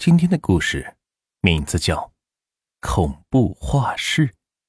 今天的故事名字叫《恐怖画室》。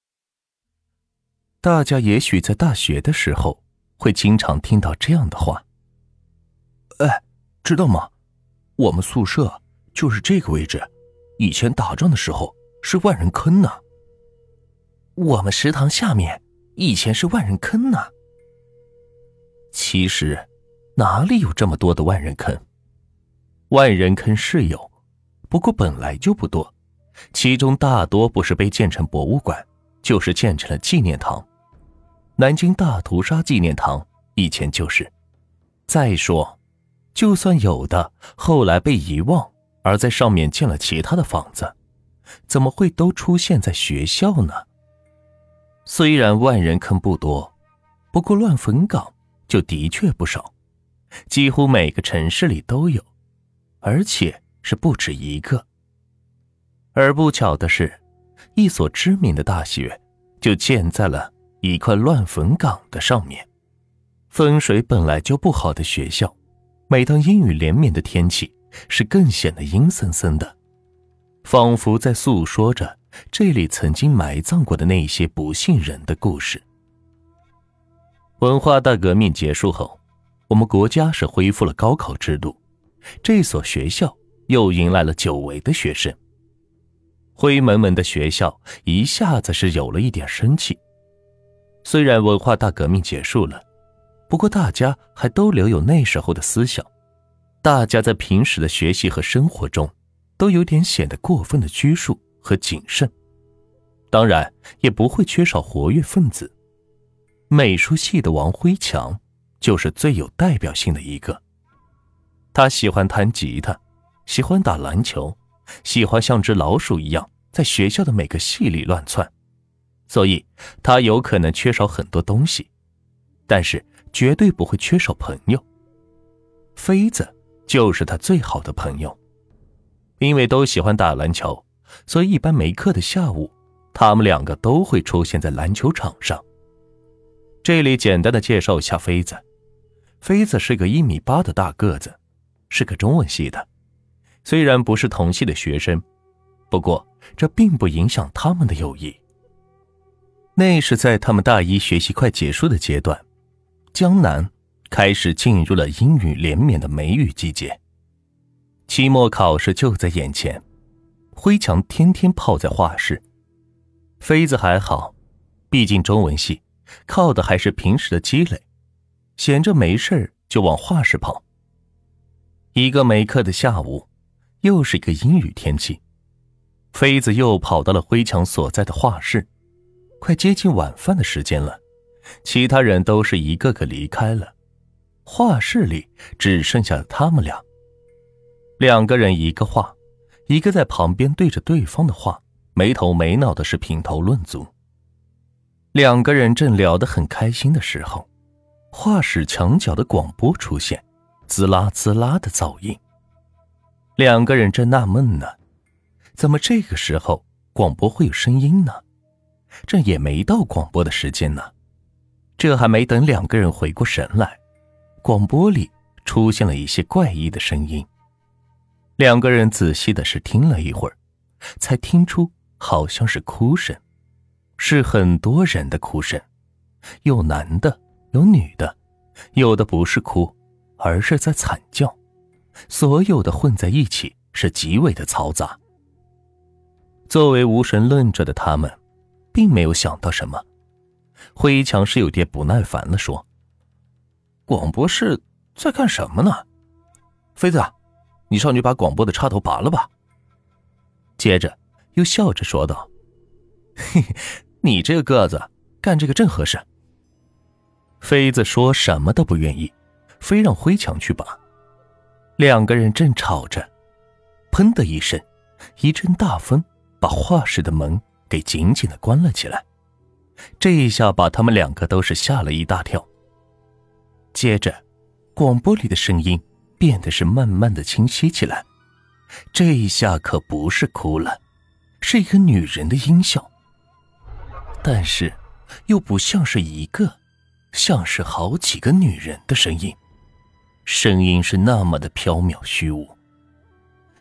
大家也许在大学的时候会经常听到这样的话：哎，知道吗？我们宿舍就是这个位置，以前打仗的时候是万人坑呢。我们食堂下面以前是万人坑呢。其实哪里有这么多的万人坑？万人坑是有，不过本来就不多，其中大多不是被建成博物馆，就是建成了纪念堂。南京大屠杀纪念堂以前就是。再说，就算有的后来被遗忘，而在上面建了其他的房子，怎么会都出现在学校呢？虽然万人坑不多，不过乱坟岗就的确不少，几乎每个城市里都有，而且是不止一个。而不巧的是，一所知名的大学就建在了一块乱坟岗的上面。风水本来就不好的学校，每当阴雨连绵的天气，是更显得阴森森的，仿佛在诉说着这里曾经埋葬过的那些不幸人的故事。文化大革命结束后，我们国家是恢复了高考制度，这所学校又迎来了久违的学生。灰蒙蒙的学校一下子是有了一点生气。虽然文化大革命结束了，不过大家还都留有那时候的思想，大家在平时的学习和生活中都有点显得过分的拘束和谨慎，当然也不会缺少活跃分子。美术系的王辉强就是最有代表性的一个。他喜欢弹吉他，喜欢打篮球，喜欢像只老鼠一样在学校的每个系里乱窜，所以他有可能缺少很多东西，但是绝对不会缺少朋友。飞子就是他最好的朋友，因为都喜欢打篮球，所以一般没课的下午，他们两个都会出现在篮球场上。这里简单的介绍一下飞子。飞子是个1.8米的大个子，是个中文系的，虽然不是同系的学生，不过这并不影响他们的友谊。那是在他们大一学习快结束的阶段，江南开始进入了阴雨连绵的梅雨季节。期末考试就在眼前，辉强天天泡在画室。飞子还好，毕竟中文系靠的还是平时的积累，闲着没事就往画室跑。一个没课的下午，又是一个阴雨天气，飞子又跑到了辉强所在的画室。快接近晚饭的时间了，其他人都是一个个离开了，画室里只剩下他们俩。两个人一个画，一个在旁边对着对方的画，没头没脑的是评头论足。两个人正聊得很开心的时候，画室墙角的广播出现，滋啦滋啦的噪音。两个人正纳闷呢，怎么这个时候广播会有声音呢？这也没到广播的时间呢。这还没等两个人回过神来，广播里出现了一些怪异的声音。两个人仔细的是听了一会儿，才听出好像是哭声，是很多人的哭声，有男的，有女的，有的不是哭，而是在惨叫，所有的混在一起，是极为的嘈杂。作为无神论者的他们并没有想到什么。辉强是有点不耐烦了，说：广播室在干什么呢？飞子，你上去把广播的插头拔了吧。接着又笑着说道：嘿嘿，你这个个子干这个正合适。飞子说什么都不愿意，非让辉强去拔。两个人正吵着，砰的一声，一阵大风把画室的门给紧紧地关了起来。这一下把他们两个都是吓了一大跳。接着广播里的声音变得是慢慢的清晰起来，这一下可不是哭了，是一个女人的音效，但是又不像是一个，像是好几个女人的声音，声音是那么的缥缈虚无。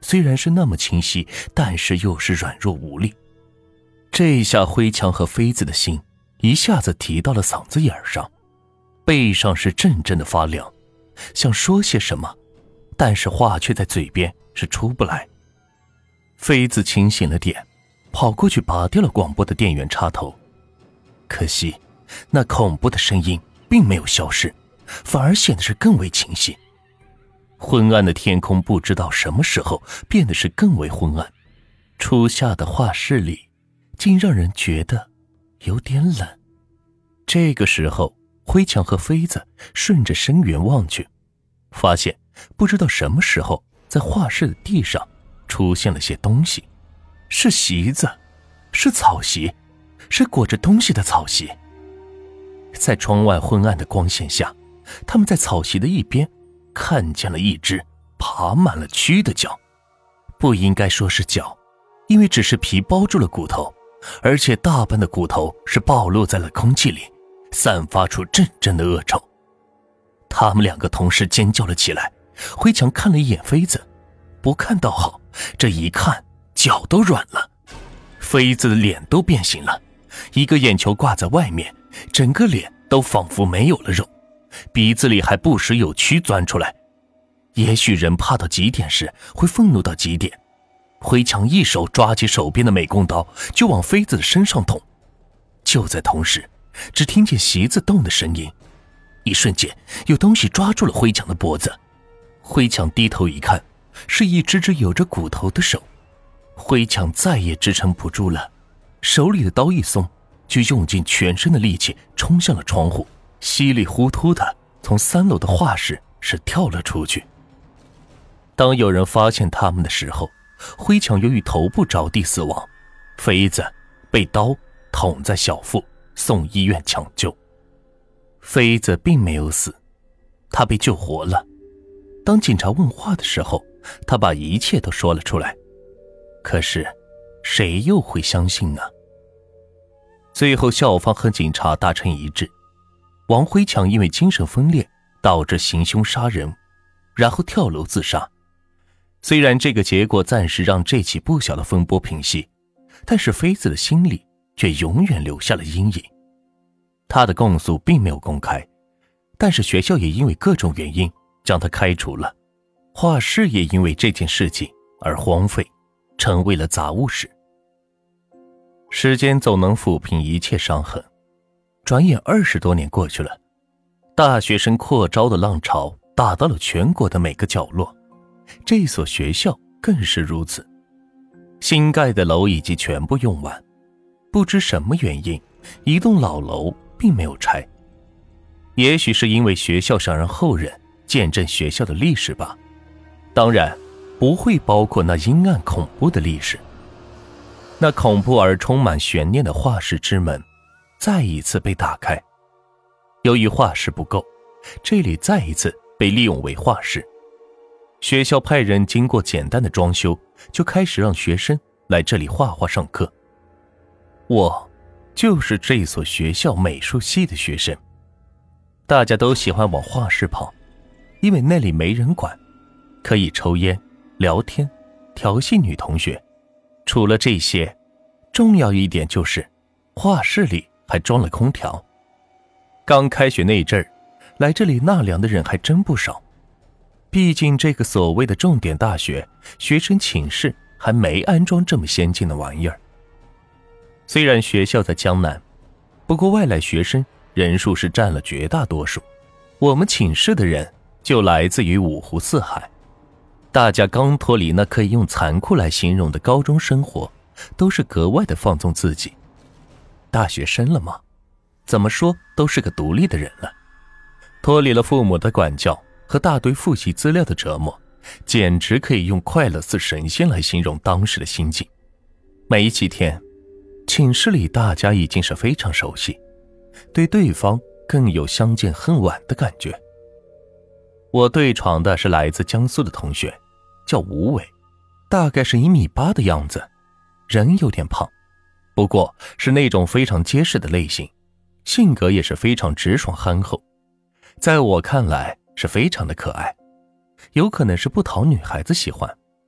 虽然是那么清晰，但是又是软弱无力。这一下辉强和妃子的心一下子提到了嗓子眼上，背上是阵阵的发凉，想说些什么，但是话却在嘴边是出不来。妃子清醒了点，跑过去拔掉了广播的电源插头，可惜那恐怖的声音并没有消失，反而显得是更为清晰。昏暗的天空不知道什么时候变得是更为昏暗，初夏的画室里竟让人觉得有点冷。这个时候辉强和妃子顺着声源望去，发现不知道什么时候在画室的地上出现了些东西，是席子，是草席，是裹着东西的草席。在窗外昏暗的光线下，他们在草席的一边看见了一只爬满了蛆的脚，不应该说是脚，因为只是皮包住了骨头，而且大半的骨头是暴露在了空气里，散发出阵阵的恶臭。他们两个同时尖叫了起来。辉强看了一眼妃子，不看倒好，这一看脚都软了。妃子的脸都变形了，一个眼球挂在外面，整个脸都仿佛没有了肉，鼻子里还不时有蛆钻出来。也许人怕到极点时会愤怒到极点。辉强一手抓起手边的美工刀就往妃子的身上捅，就在同时只听见席子动的声音，一瞬间有东西抓住了辉强的脖子。辉强低头一看，是一只有着骨头的手。辉强再也支撑不住了，手里的刀一松，就用尽全身的力气冲向了窗户，稀里糊涂的从3楼的画室是跳了出去。当有人发现他们的时候，辉强由于头部着地死亡，妃子被刀捅在小腹，送医院抢救。妃子并没有死，她被救活了。当警察问话的时候，她把一切都说了出来。可是谁又会相信呢？最后校方和警察达成一致，王辉强因为精神分裂导致行凶杀人，然后跳楼自杀。虽然这个结果暂时让这起不小的风波平息，但是妃子的心里却永远留下了阴影。她的供诉并没有公开，但是学校也因为各种原因将她开除了，画室也因为这件事情而荒废，成为了杂物室。时间总能抚平一切伤痕，转眼20多年过去了，大学生扩招的浪潮打到了全国的每个角落，这所学校更是如此。新盖的楼已经全部用完，不知什么原因，一栋老楼并没有拆。也许是因为学校想让后人见证学校的历史吧，当然不会包括那阴暗恐怖的历史。那恐怖而充满悬念的画室之门再一次被打开。由于画室不够，这里再一次被利用为画室。学校派人经过简单的装修，就开始让学生来这里画画上课。我就是这所学校美术系的学生。大家都喜欢往画室跑，因为那里没人管，可以抽烟、聊天、调戏女同学。除了这些，重要一点就是画室里还装了空调。刚开学那阵儿，来这里纳凉的人还真不少。毕竟这个所谓的重点大学，学生寝室还没安装这么先进的玩意儿。虽然学校在江南，不过外来学生人数是占了绝大多数。我们寝室的人就来自于五湖四海，大家刚脱离那可以用残酷来形容的高中生活，都是格外的放纵自己。大学生了嘛，怎么说都是个独立的人了，脱离了父母的管教和大堆复习资料的折磨，简直可以用快乐似神仙来形容当时的心境。没几天，寝室里大家已经是非常熟悉，对对方更有相见恨晚的感觉。我对床的是来自江苏的同学，叫吴伟，大概是1.8米的样子，人有点胖，不过是那种非常结实的类型，性格也是非常直爽憨厚，在我看来是非常的可爱，有可能是不讨女孩子喜欢。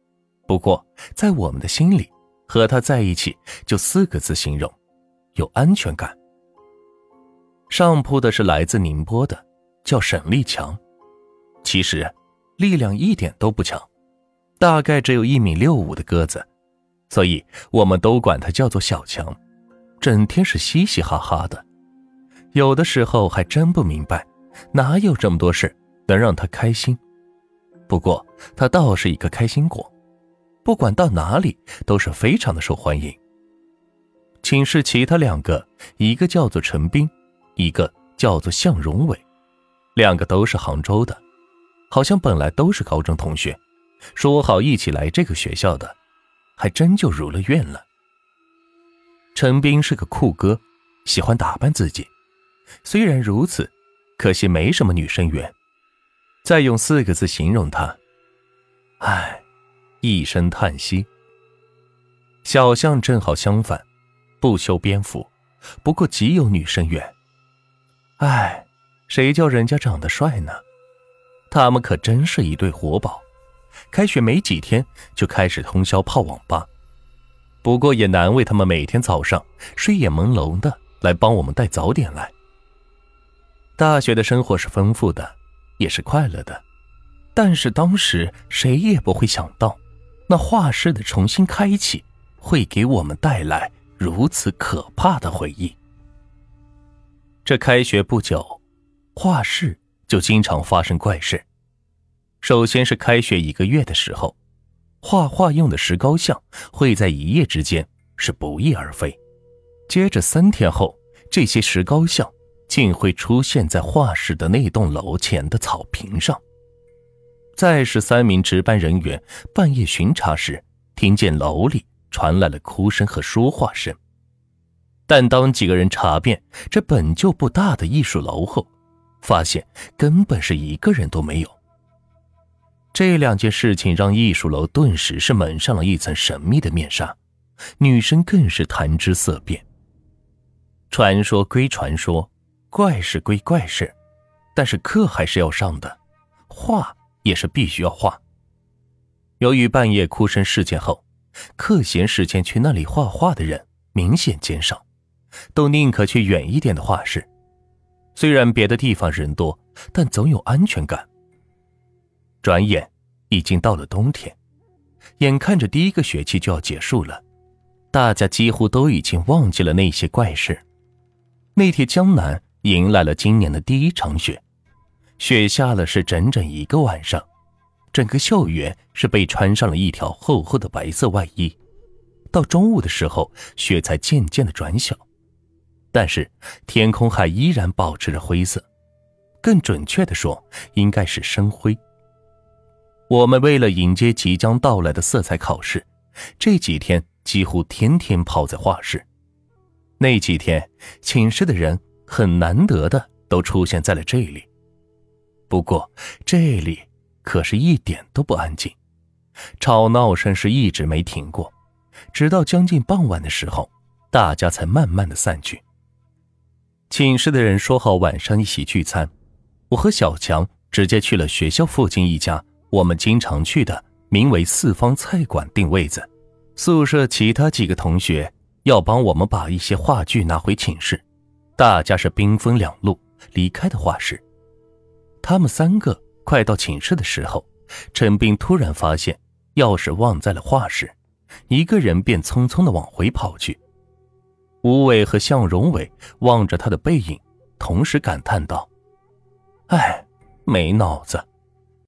不过在我们的心里，和他在一起就4个字形容：有安全感。上铺的是来自宁波的，叫沈立强，其实力量一点都不强，大概只有1.65米的个子，所以我们都管他叫做小强，整天是嘻嘻哈哈的。有的时候还真不明白，哪有这么多事能让他开心。不过他倒是一个开心果，不管到哪里都是非常的受欢迎。寝室其他2个，一个叫做陈斌，一个叫做向荣伟，2个都是杭州的，好像本来都是高中同学，说好一起来这个学校的，还真就如了愿了。陈斌是个酷哥，喜欢打扮自己，虽然如此，可惜没什么女生缘。再用4个字形容他，唉，一声叹息。小象正好相反，不修边幅，不过极有女生缘。唉，谁叫人家长得帅呢？他们可真是一对活宝，开学没几天就开始通宵泡网吧。不过也难为他们每天早上睡眼朦胧的来帮我们带早点来。大学的生活是丰富的，也是快乐的，但是当时谁也不会想到，那画室的重新开启会给我们带来如此可怕的回忆。这开学不久，画室就经常发生怪事。首先是开学1个月的时候，画画用的石膏像会在一夜之间是不翼而飞，接着3天后，这些石膏像竟会出现在画室的那栋楼前的草坪上。再是3名值班人员半夜巡查时，听见楼里传来了哭声和说话声。但当几个人查遍这本就不大的艺术楼后，发现根本是一个人都没有。这2件事情让艺术楼顿时是蒙上了一层神秘的面纱，女生更是谈之色变。传说归传说，怪事归怪事，但是课还是要上的，画也是必须要画。由于半夜哭声事件后，课闲时间去那里画画的人明显减少，都宁可去远一点的画室。虽然别的地方人多，但总有安全感。转眼已经到了冬天，眼看着第1个学期就要结束了，大家几乎都已经忘记了那些怪事。那天江南迎来了今年的第1场雪，雪下了是整整1个晚上，整个校园是被穿上了一条厚厚的白色外衣。到中午的时候，雪才渐渐的转小，但是天空还依然保持着灰色，更准确的说，应该是深灰。我们为了迎接即将到来的色彩考试，这几天几乎天天泡在画室。那几天寝室的人很难得的都出现在了这里。不过这里可是一点都不安静，吵闹声是一直没停过，直到将近傍晚的时候，大家才慢慢的散去。寝室的人说好晚上一起聚餐，我和小强直接去了学校附近一家我们经常去的名为四方菜馆订位子。宿舍其他几个同学要帮我们把一些话剧拿回寝室，大家是兵分2路离开的画室。他们3个快到寝室的时候，陈斌突然发现钥匙忘在了画室，一个人便匆匆地往回跑去。吴伟和向荣伟望着他的背影，同时感叹道：“哎，没脑子。”